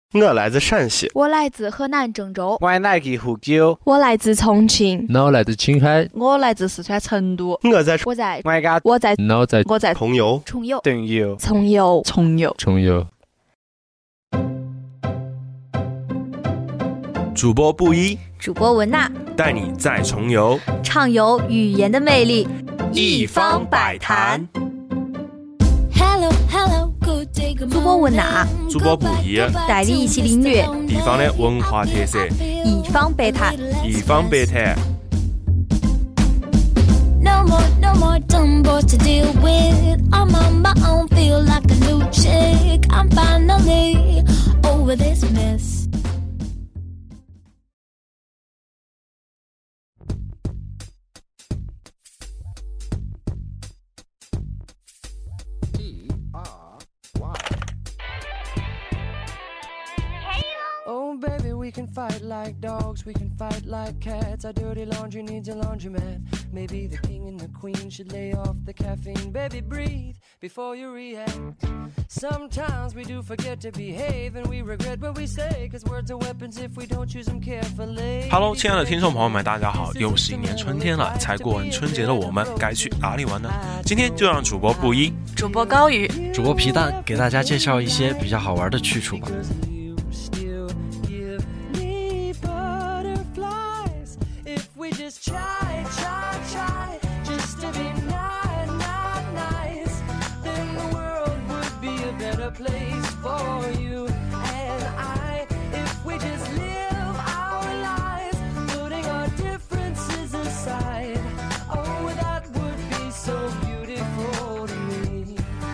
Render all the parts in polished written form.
我来自陕西， 我来自河南郑州， 我来自湖州， 我来自重庆， 我来自青海， 我来自四川成都， 我在重游， 主播布衣， 主播文娜， 带你再重游， 畅游语言的魅力， 一方百谈。 主播文娜， 主播布衣， 带你一起领略地方的文化特色， 一方百谈。 No more dumb boys to deal with. I'm on my own, feel like a new chick. I'm finally over this mess. Oh baby, we can fight like dogs, we can fight like cats. Our dirty laundry needs a laundromat. Maybe the king and the queen should lay off the caffeine. Baby, breathe before you react. Sometimes we do forget to behave, and we regret what we say, cause words are weapons if we don't choose them carefully. Hello， 亲爱的听众朋友们，大家好！又是一年春天了，才过完春节的我们该去哪里玩呢？今天就让主播布衣、 主播高宇、 主播皮蛋给大家介绍一些比较好玩的去处吧。 Just try just to be nice, then the world would be a better place for you and I. If we just live our lives, putting our differences aside, oh, that would be so beautiful to me.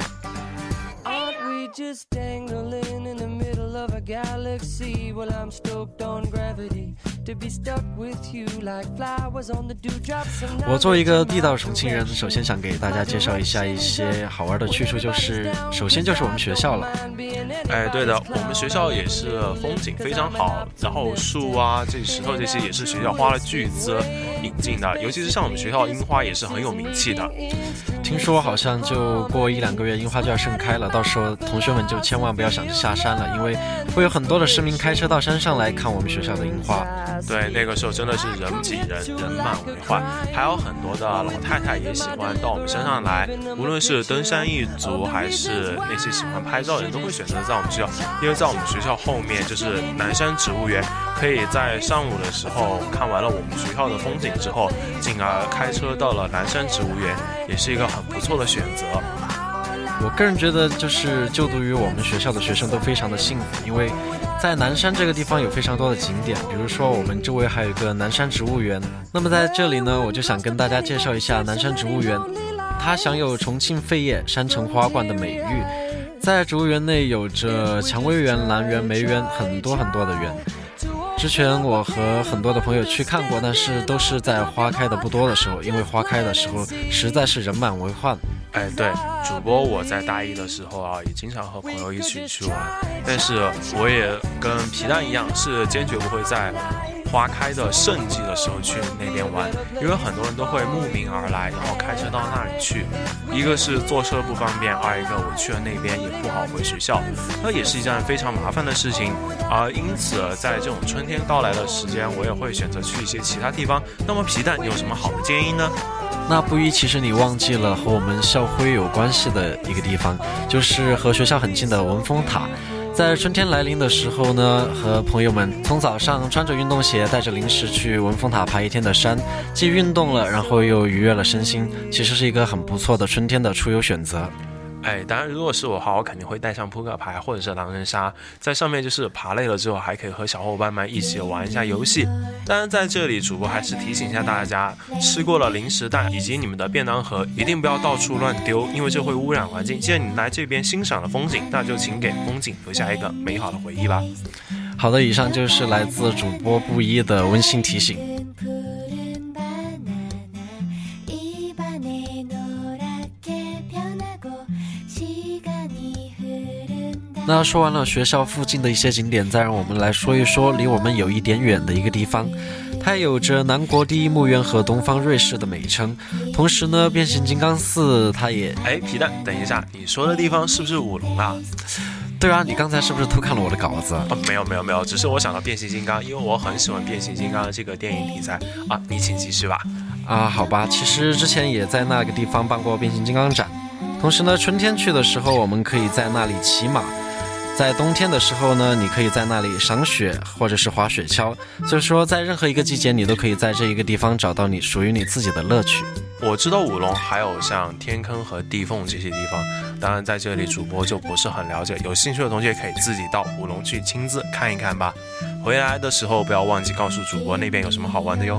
Aren't we just dangling in the middle of a galaxy? Well, I'm stoked on gravity.To be stuck with you like flowers on the dewdrops. 我作为一个地道重庆人，首先想给大家介绍一下一些好玩的去处，首先就是我们学校了。 对的，我们学校也是风景非常好，然后树啊、这石头这些也是学校花了巨资引进的，尤其是像我们学校樱花也是很有名气的。 听说好像就过1-2个月樱花就要盛开了，到时候同学们就千万不要想着下山了，因为会有很多的市民开车到山上来看我们学校的樱花。 对，那个时候真的是人挤人，人满为患，还有很多的老太太也喜欢到我们山上来，无论是登山一族还是那些喜欢拍照的人，都会选择在我们学校，因为在我们学校后面就是南山植物园，可以在上午的时候看完了我们学校的风景之后，进而开车到了南山植物园，也是一个很不错的选择。 我个人觉得就是就读于我们学校的学生都非常的幸福，因为在南山这个地方有非常多的景点，比如说我们周围还有一个南山植物园。那么在这里呢，我就想跟大家介绍一下南山植物园，它享有重庆废叶山城花冠的美誉。在植物园内有着蔷薇园、兰园、梅园，很多很多的园。之前我和很多的朋友去看过，但是都是在花开的不多的时候，因为花开的时候实在是人满为患。 对，主播我在大一的时候啊，也经常和朋友一起去玩，但是我也跟皮蛋一样，是坚决不会在花开的盛季的时候去那边玩，因为很多人都会慕名而来，然后开车到那里去，一个是坐车不方便，二一个我去了那边也不好回学校，那也是一件非常麻烦的事情。因此在这种春天到来的时间，我也会选择去一些其他地方。那么皮蛋有什么好的建议呢？ 那布衣，其实你忘记了和我们校徽有关系的一个地方，就是和学校很近的文峰塔。在春天来临的时候呢，和朋友们从早上穿着运动鞋，带着零食去文峰塔爬一天的山，既运动了，然后又愉悦了身心，其实是一个很不错的春天的出游选择。 当然如果是我的话，我肯定会带上扑克牌或者是狼人杀，在上面就是爬累了之后还可以和小伙伴们一起玩一下游戏。当然在这里主播还是提醒一下大家，吃过了零食袋以及你们的便当盒一定不要到处乱丢，因为这会污染环境。既然你来这边欣赏了风景，那就请给风景留下一个美好的回忆吧。 好的，以上就是来自主播布衣的温馨提醒。那说完了学校附近的一些景点，再让我们来说一说离我们有一点远的一个地方。它有着南国第一墓园和东方瑞士的美称，同时呢，变形金刚4它也…… 皮蛋，等一下，你说的地方是不是武隆啊？ 对啊，你刚才是不是偷看了我的稿子？ 没有，只是我想到变形金刚，因为我很喜欢变形金刚这个电影题材啊。你请继续吧。 好吧，其实之前也在那个地方办过变形金刚展，同时呢，春天去的时候，我们可以在那里骑马。在冬天的时候呢，你可以在那里赏雪或者是滑雪橇，所以说在任何一个季节，你都可以在这一个地方找到你属于你自己的乐趣。 我知道武隆还有像天坑和地缝这些地方，当然在这里主播就不是很了解，有兴趣的同学可以自己到武隆去亲自看一看吧。回来的时候不要忘记告诉主播那边有什么好玩的哟。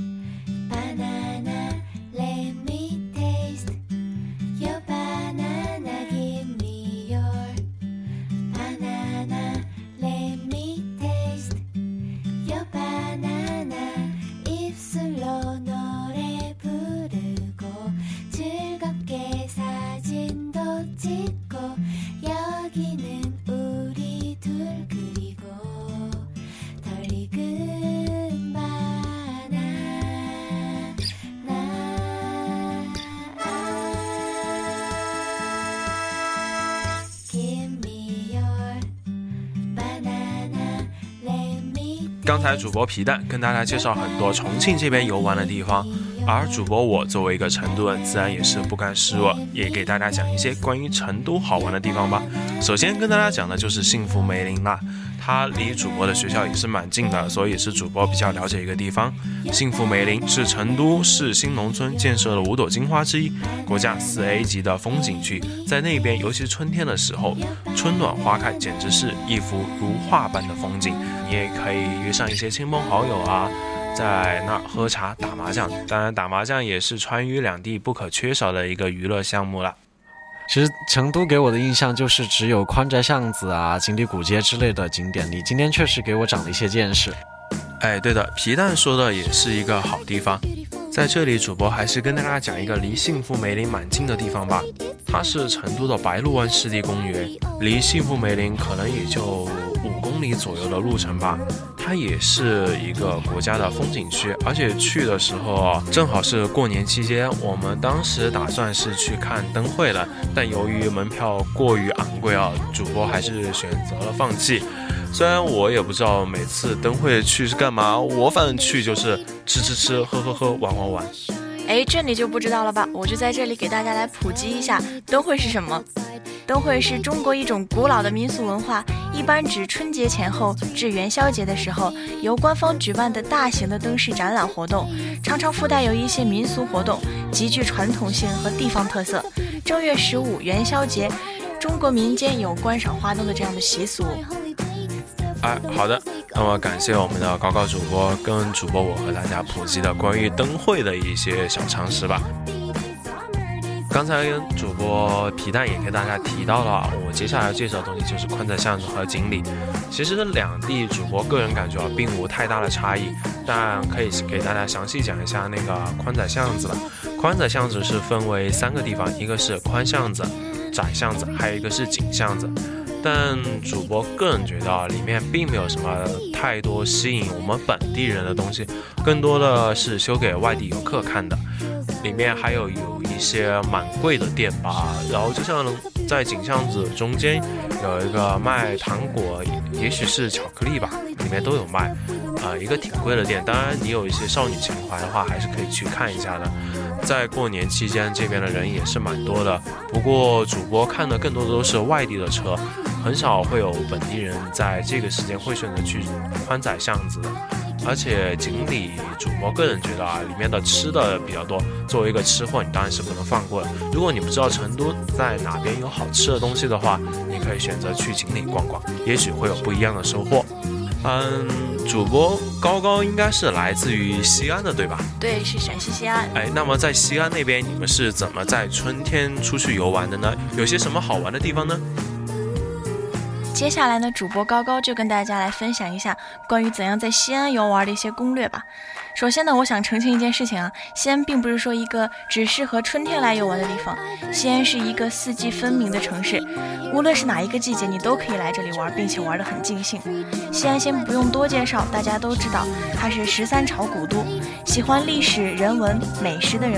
刚才主播皮蛋跟大家介绍很多重庆这边游玩的地方，而主播我作为一个成都人，自然也是不甘示弱，也给大家讲一些关于成都好玩的地方吧。首先跟大家讲的就是幸福梅林啦，它离主播的学校也是蛮近的，所以是主播比较了解一个地方。幸福梅林是成都市新农村建设的5朵金花之一，国家4A 级的风景区，在那边尤其是春天的时候，春暖花开，简直是一幅如画般的风景。你也可以约上一些亲朋好友啊，在那儿喝茶打麻将，当然打麻将也是川渝两地不可缺少的一个娱乐项目了。 其实成都给我的印象就是只有宽窄巷子啊、锦里古街之类的景点，你今天确实给我长了一些见识。 对的，皮蛋说的也是一个好地方。在这里主播还是跟大家讲一个离幸福梅林蛮近的地方吧，它是成都的白鹿湾湿地公园，离幸福梅林可能也就5公里左右的路程吧。它也是一个国家的风景区，而且去的时候正好是过年期间，我们当时打算是去看灯会的，但由于门票过于昂贵啊，主播还是选择了放弃。虽然我也不知道每次灯会去是干嘛，我反正去就是吃喝玩。 这你就不知道了吧？我就在这里给大家来普及一下灯会是什么。灯会是中国一种古老的民俗文化，一般指春节前后至元宵节的时候，由官方举办的大型的灯饰展览活动，常常附带有一些民俗活动，极具传统性和地方特色。正月15元宵节，中国民间有观赏花灯的这样的习俗。 好的，那么感谢我们的高高主播跟主播我和大家普及的关于灯会的一些小常识吧。刚才主播皮蛋也跟大家提到了，我接下来介绍的东西就是宽窄巷子和锦里。其实这两地主播个人感觉并无太大的差异，但可以给大家详细讲一下那个宽窄巷子了。宽窄巷子是分为3个地方，一个是宽巷子、窄巷子，还有一个是紧巷子。但主播个人觉得里面并没有什么太多吸引我们本地人的东西，更多的是修给外地游客看的。里面还有一些蛮贵的店吧，然后就像在锦巷子中间有一个卖糖果，也许是巧克力吧，里面都有卖，一个挺贵的店。当然你有一些少女情怀的话，还是可以去看一下的。在过年期间这边的人也是蛮多的，不过主播看的更多的都是外地的车，很少会有本地人在这个时间会选择去宽窄巷子的。而且锦里主播个人觉得里面的吃的比较多，作为一个吃货你当然是不能放过的。如果你不知道成都在哪边有好吃的东西的话，你可以选择去锦里逛逛，也许会有不一样的收获。主播高高应该是来自于西安的对吧？ 对，是陕西西安。 那么在西安那边你们是怎么在春天出去游玩的呢？有些什么好玩的地方呢？ 接下来呢，主播高高就跟大家来分享一下关于怎样在西安游玩的一些攻略吧。首先呢，我想澄清一件事情西安并不是说一个只适合春天来游玩的地方，西安是一个4季分明的城市，无论是哪一个季节你都可以来这里玩，并且玩得很尽兴。西安先不用多介绍，大家都知道它是13朝古都，喜欢历史、人文、美食的人们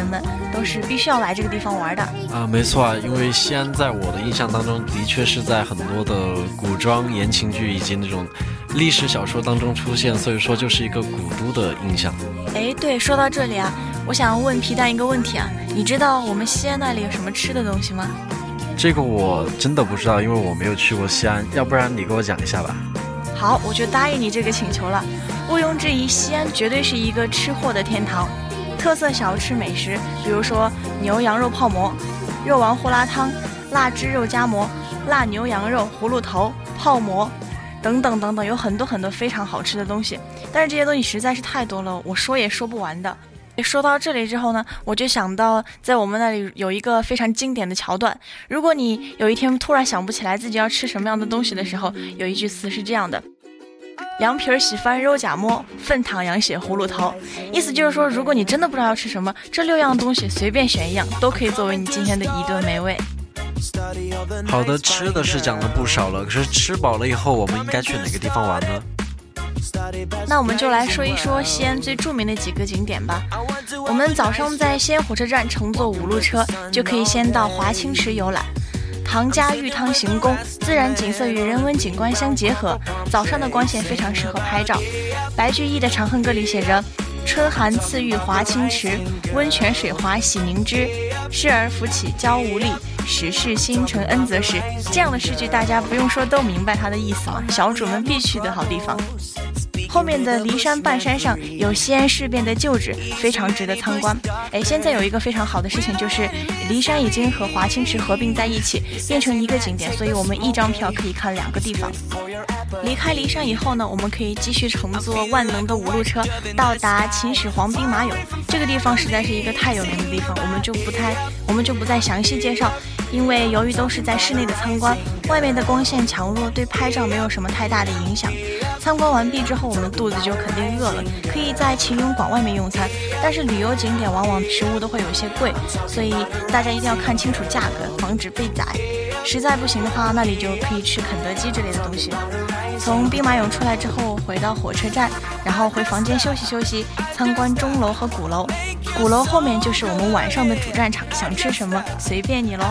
都是必须要来这个地方玩的。 没错啊，因为西安在我的印象当中的确是在很多的古装言情剧以及那种历史小说当中出现，所以说就是一个古都的印象。 对，说到这里啊，我想问皮蛋一个问题啊，你知道我们西安那里有什么吃的东西吗？ 这个我真的不知道，因为我没有去过西安，要不然你给我讲一下吧。 好，我就答应你这个请求了。毋庸置疑，西安绝对是一个吃货的天堂。特色小吃美食，比如说牛羊肉泡馍、肉丸胡辣汤、腊汁肉夹馍、辣牛羊肉、葫芦头、泡馍等等等等，有很多很多非常好吃的东西。但是这些东西实在是太多了，我说也说不完的。说到这里之后呢，我就想到在我们那里有一个非常经典的桥段，如果你有一天突然想不起来自己要吃什么样的东西的时候，有一句词是这样的：凉皮稀饭肉夹馍，粉汤羊血葫芦头。意思就是说，如果你真的不知道要吃什么，这6样东西随便选一样都可以作为你今天的一顿美味。 好的，吃的是讲了不少了，可是吃饱了以后我们应该去哪个地方玩呢？ 那我们就来说一说西安最著名的几个景点吧。我们早上在西安火车站乘坐5路车，就可以先到华清池游览。唐家玉汤行宫，自然景色与人文景观相结合，早上的光线非常适合拍照。白居易的《长恨歌》里写着：春寒赐浴华清池，温泉水滑洗凝脂。侍儿扶起娇无力，始是新承恩泽时。这样的诗句大家不用说都明白它的意思嘛，小主们必去的好地方。后面的骊山半山上有西安事变的旧址，非常值得参观。现在有一个非常好的事情，就是骊山已经和华清池合并在一起，变成一个景点，所以我们一张票可以看2个地方。离开骊山以后呢，我们可以继续乘坐万能的5路车到达秦始皇兵马俑。这个地方实在是一个太有名的地方，我们就不再详细介绍，因为由于都是在室内的参观，外面的光线强弱对拍照没有什么太大的影响。参观完毕之后，我们肚子就肯定饿了，可以在秦俑馆外面用餐，但是旅游景点往往食物都会有些贵，所以大家一定要看清楚价格，防止被宰。实在不行的话，那里就可以吃肯德基之类的东西。从兵马俑出来之后，回到火车站，然后回房间休息休息，参观钟楼和鼓楼。鼓楼后面就是我们晚上的主战场，想吃什么随便你咯。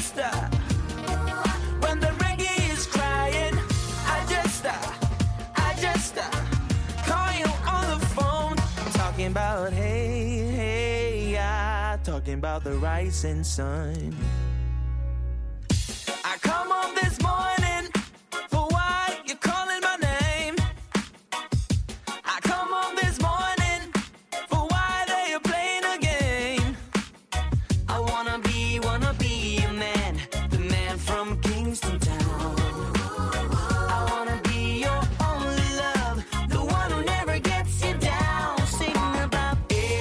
Talking about the rising sun. I come home this morning, for why you're calling my name. I come home this morning, for why they are playing a game. I wanna be a man, the man from Kingston Town. I wanna be your only love, the one who never gets you down. Sing about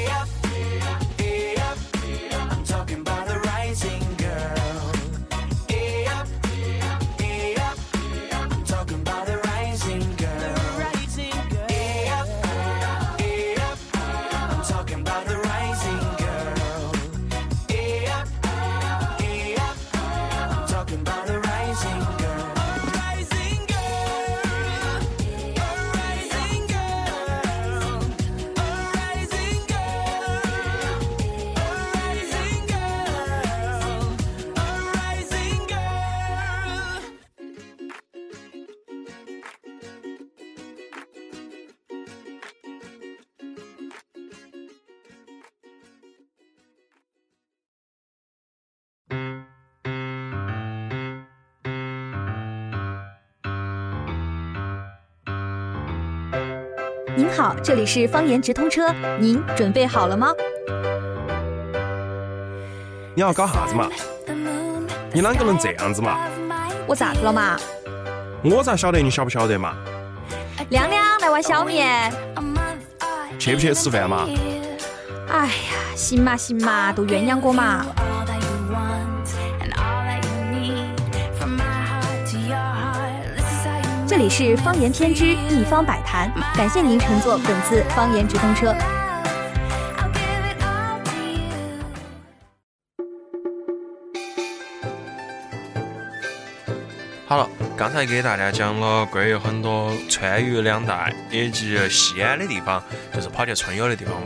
talking about the rising girl. Up, up. I'm talking about the rising girl. Up, up. I'm talking about the rising girl. Up, up. I'm talking about the rising girl. A rising girl. A rising girl. A rising girl. A 您好，这里是方言直通车，您准备好了吗？ 你要搞啥子嘛？你啷个能这样子嘛？ 我咋子了嘛？ 我咋晓得你晓不晓得嘛？ 亮亮来碗小面。 去不去吃饭嘛？ 哎呀，行嘛行嘛，都鸳鸯锅嘛。这里是方言天之一方百谈，感谢您乘坐本次方言直通车。 好了，刚才给大家讲了关于很多川渝两带以及西安的地方，就是跑去春游的地方嘛。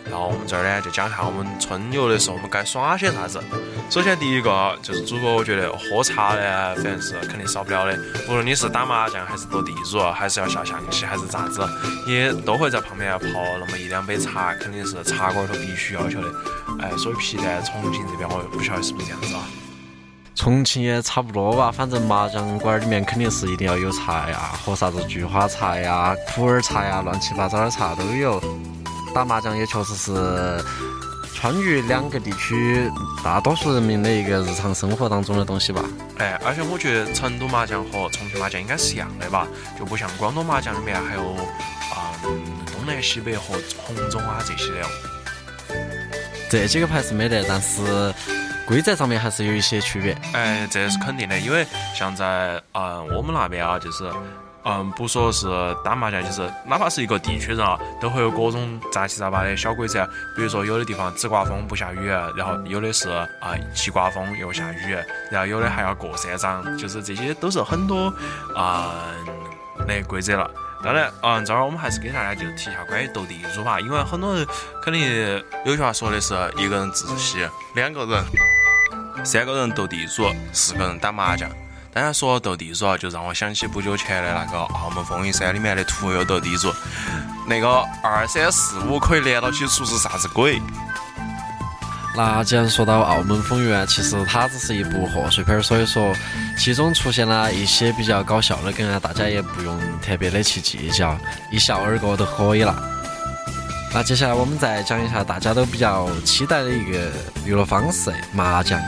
然后我们这儿呢就讲一下我们春游的时候我们该耍些啥子。首先第一个就是主播，我觉得喝茶呢，反正是肯定少不了的。无论你是打麻将还是斗地主，还是要下象棋还是啥子，也都会在旁边泡那么1-2杯茶，肯定是茶馆头必须要求的。所以皮蛋重庆这边我不晓得是不是这样子啊。 重庆也差不多吧，反正麻将馆里面肯定是一定要有茶呀，喝啥子菊花茶呀、普洱茶呀，乱七八糟的茶都有。打麻将也确实是川渝2个地区大多数人民的一个日常生活当中的东西吧。 而且我觉得成都麻将和重庆麻将应该是一样的吧，就不像广东麻将里面还有东南西北和红中啊这些的。 这几个牌是没得，但是规则上面还是有一些区别。 这是肯定的，因为像在我们那边啊，就是不说是打麻将，就是哪怕是一个地区人啊，都会有各种杂七杂八的小规则。比如说有的地方只刮风不下雨，然后有的是既刮风又下雨，然后有的还要过3张，就是这些都是很多那规则了。当然，这儿我们还是给大家就提一下关于斗地主吧，因为很多人肯定有句话说的是1个人自习，2个人、3个人斗地主，4个人打麻将。当然说斗地主啊，就让我想起不久前的那个澳门风云山里面的屠呦斗地主，那个2、3、4、5可以连到起出是啥子鬼？ 那既然说到澳门风云，其实它只是一部贺岁片，所以说其中出现了一些比较搞笑的梗啊，大家也不用特别的去计较，一笑而过就可以了。那接下来我们再讲一下大家都比较期待的一个娱乐方式——麻将。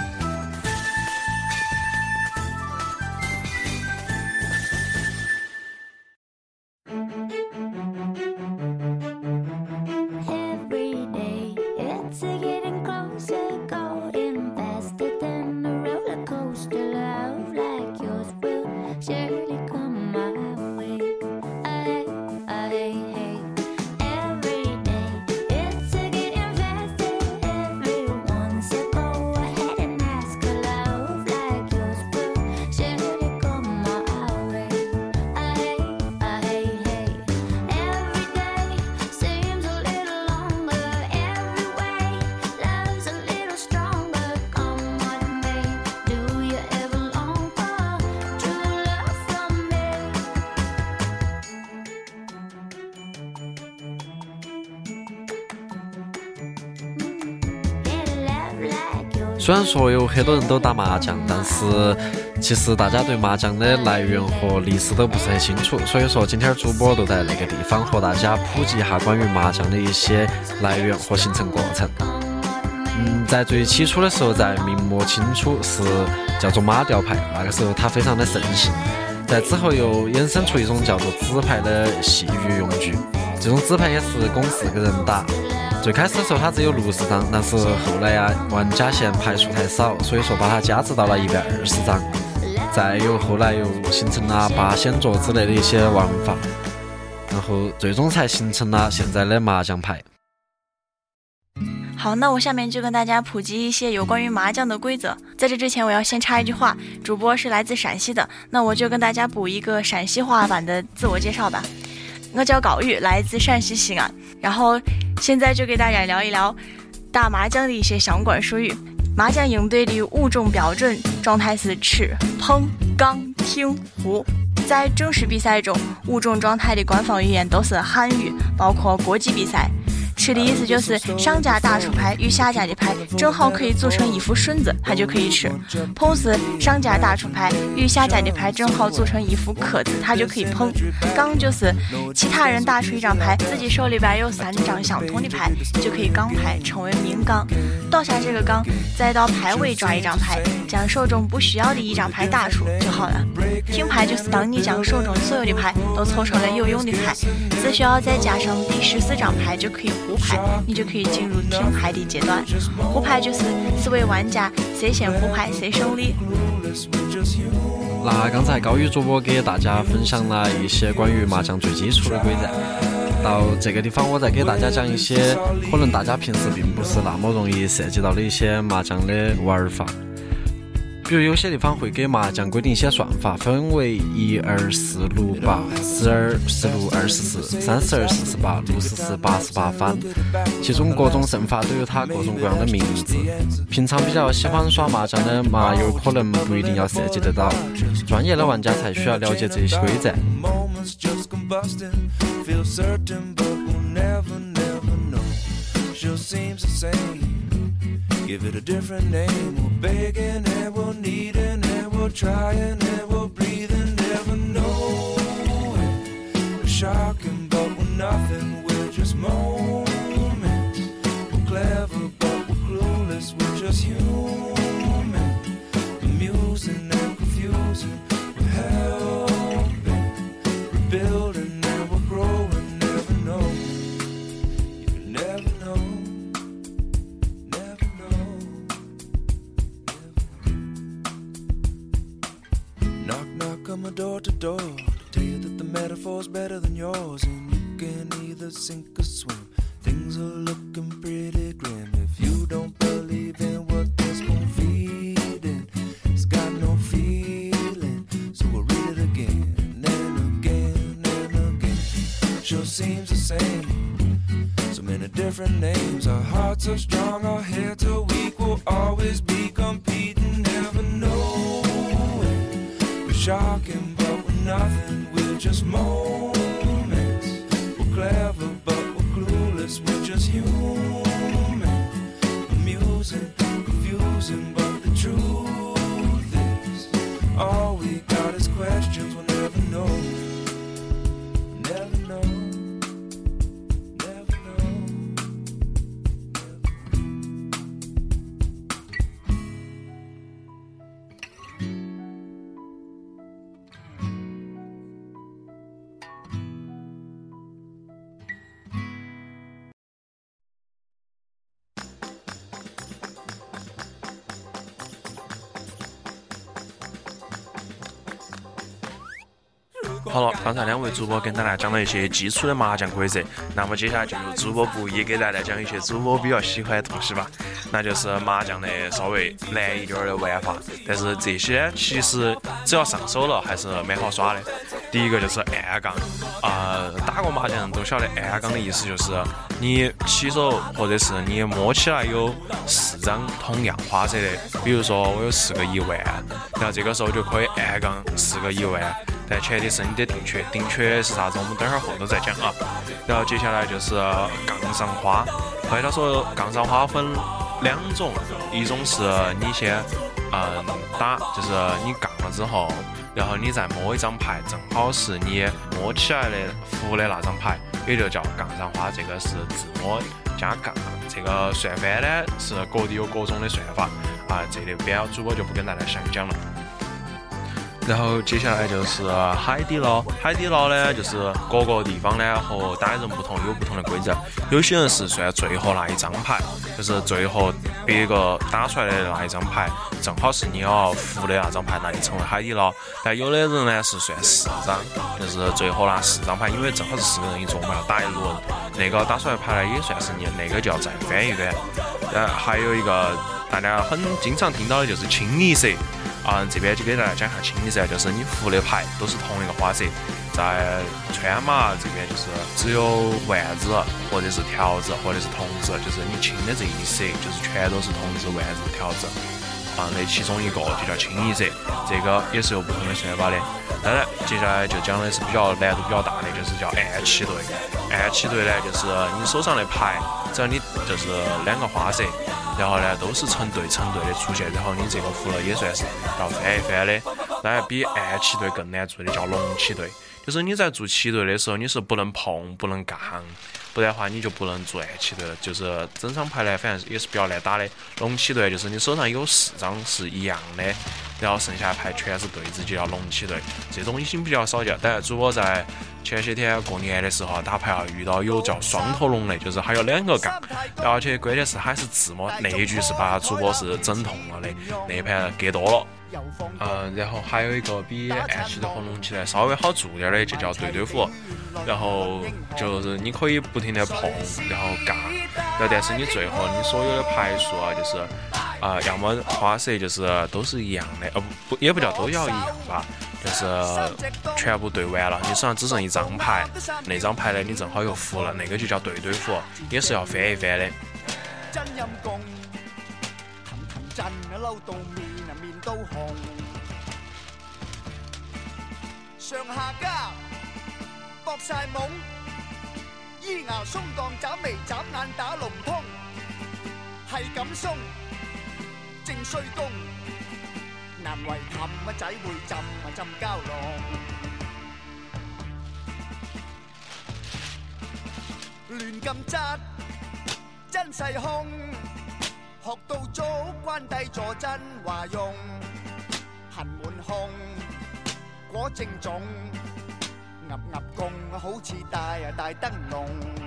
虽然说有很多人都打麻将，但是其实大家对麻将的来源和历史都不是很清楚，所以说今天主播都在那个地方和大家普及一下关于麻将的一些来源和形成过程。在最起初的时候，在明末清初是叫做马吊牌，那个时候它非常的盛行。在之后又衍生出一种叫做纸牌的戏剧用具，这种纸牌也是供4个人打。最开始的时候它只有60张，但是后来玩家嫌牌数太少，所以说把它加值到了120张。再后来又形成了8仙桌之类的一些玩法，然后最终才形成了现在的麻将牌。 好，那我下面就跟大家普及一些有关于麻将的规则。在这之前我要先插一句话，主播是来自陕西的，那我就跟大家补一个陕西话版的自我介绍吧。我叫高宇，来自陕西西安，然后现在就给大家聊一聊打麻将的一些相关术语。麻将应对的5种标准状态是吃、碰、刚、听、胡。在正式比赛中，5种状态的官方语言都是汉语，包括国际比赛。吃的意思就是上家打出牌与下家的牌正好可以组成一副顺子，它就可以吃。碰是上家打出牌与下家的牌正好组成一副克字，它就可以碰。刚就是其他人打出一张牌，自己手里边有3张相同的牌，就可以刚牌，称为明刚。倒下这个刚，再到牌尾抓一张牌，将手中不需要的1张牌打出就好了。听牌就是当你将手中所有的牌都凑成了有用的牌，只需要再加上第14张牌就可以胡牌，你就可以进入听牌的阶段。胡牌就是4位玩家谁先胡牌谁胜利。 那刚才高宇主播给大家分享了一些关于麻将最基础的规则，到这个地方我再给大家讲一些可能大家平时并不是那么容易涉及到的一些麻将的玩法。 比如有些地方会给麻将规定一些算法，分为1、2、4、6、8、12、16、24、32、48、64、88番，其中各种胜法都有它各种各样的名字。平常比较喜欢耍麻将的麻友可能不一定要设计得到，专业的玩家才需要了解这些规则。 Give it a different name. We're begging and we're needing and we're trying and we're breathing, never knowing. We're shocking, but we're nothing. We're just moments. We're clever, but we're clueless. We're just human. Amusing and confusing. We're helping, rebuilding and we're growing. Never know. You can never know. Come door to door to tell you that the metaphor's better than yours, and you can either sink or swim. Things are looking pretty grim if you don't believe in what they're spoon feeding. It's got no feeling, so we'll read it again and again and again. Sure seems the same, so many different names. Our hearts are strong, our heads are weak. We'll always be competing, never knowing. Shocking, but we're nothing. We're just moments. We're clever, but we're clueless. We're just human. Amusing, confusing, but the truth is, all we got is questions. We'll never know. Never know. Never know. Never know. 好了，刚才两位主播跟大家讲了一些基础的麻将规则，那么接下来就由主播部也给大家讲一些主播比较喜欢的东西吧，那就是麻将的稍微难一点的玩法，但是这些其实只要上手了还是蛮好耍的。第一个就是暗杠，打过麻将都晓得暗杠的意思就是你起手或者是你摸起来有4张同样花色的，比如说我有4个1万，然后这个时候就可以暗杠4个1万。但前提是你得定缺是啥子，我们等会儿后头再讲啊。然后接下来就是杠上花，后来他说杠上花分2种，一种是你先打，就是你杠了之后，然后你再摸一张牌，正好是你摸起来的胡的那张牌，也就叫杠上花，这个是自摸加杠。这个算法呢是各地有各种的算法啊，这里边主播就不跟大家详讲了。然后接下来就是海底捞，海底捞呢就是各个地方呢和打人不同，有不同的规则。有些人是算最后那一张牌，就是最后别个打出来的那一张牌，正好是你要胡的那张牌，那就成为海底捞。但有的人呢是算4张，就是最后那4张牌，因为正好是4个人一桌嘛，要打一轮，那个打出来的牌呢也算是你，那个就要再翻一翻。还有一个大家很经常听到的就是清一色。这边就给大家讲一下清一色，就是你胡的牌都是同一个花色，在川马这边就是只有丸子或者是条子或者是筒子，就是你清的这一色就是全都是筒子、丸子、条子那其中一个就叫清一色，这个也是有不同的算法的。当然接下来就讲的是比较难度比较大的，就是叫暗棋对。暗棋对呢就是你手上的牌只要你就是2个花色，然后呢都是成对的出现，然后你这个胡了也算是要翻一翻的。当然比暗棋对更难做的叫龙棋对，就是你在做棋对的时候你是不能碰不能杠，不然的话你就不能做暗棋对了。就是整张牌呢反正也是比较难打的。龙棋对就是你手上有4张是一样的，然后剩下的牌全是对子，就叫龙棋对，这种已经比较少见。当然主播在前些天过年的时候打牌遇到有叫双头龙的，就是还有2个杠，而且关键是还是自摸，那一局是把主播是整痛了的，那盘给多了。然后还有一个比暗棋对和龙棋呢稍微好做点的，就叫对胡，然后就是你可以不停的碰，然后杠，然后但是你最后你所有的牌数就是要么花色就是都是一样的，不也不叫都要一样吧，就是全部对完了，你手上只剩一张牌，那张牌呢你正好又胡了，那个就叫对对胡，也是要翻一翻的。 真陰公，騰騰震啊嬲到面都紅，上下家搏晒懵，依牙鬆鋼眨眉眨眼打龍通，係咁鬆正衰公，難為氹仔會浸蛟龍，亂咁質真勢空，學到早關帝坐真話用，痕滿胸果正種，鴨公好似大燈籠，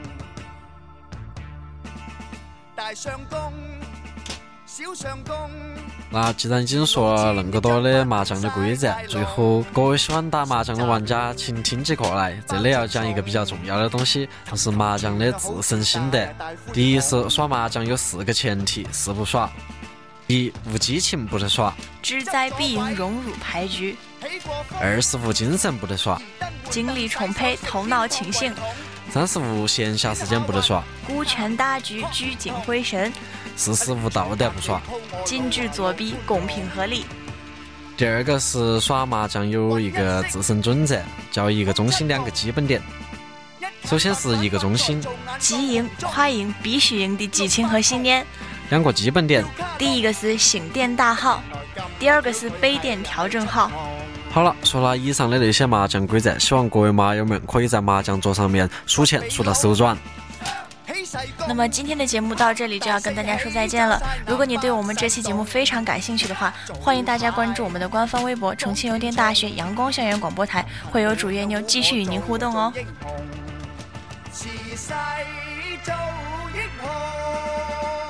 大相公小相公。 那既然已經說了那麼多的麻將的規則，最後各位喜歡打麻將的玩家請聽起課來，這裡要講一個比較重要的東西，就是麻將的自身心得。第一是耍麻將有4個前提是不耍：第一，無激情不得耍； 志在必贏融入牌局； 二是無精神不得耍； 精力充沛頭腦清醒； 三是無閒暇時間不得耍； 孤拳打局聚精會神； 四是無道德不耍； 禁止作弊公平合理。 第二個是耍麻將有一個自身準則，叫一個中心2個基本點。首先是一個中心， 即贏、快贏、必須贏的激情和信念。 2個基本點， 第一個是醒點大號，第二個是背點調整好。 好了，說了以上的那些麻將規則，希望各位麻友們可以在麻將桌上面數錢數到手軟。 那麼今天的節目到這裡就要跟大家說再見了。如果你對我們這期節目非常感興趣的話，歡迎大家關注我們的官方微博重慶郵電大學陽光校園廣播台，會有主頁妞繼續與您互動哦。 時勢做英雄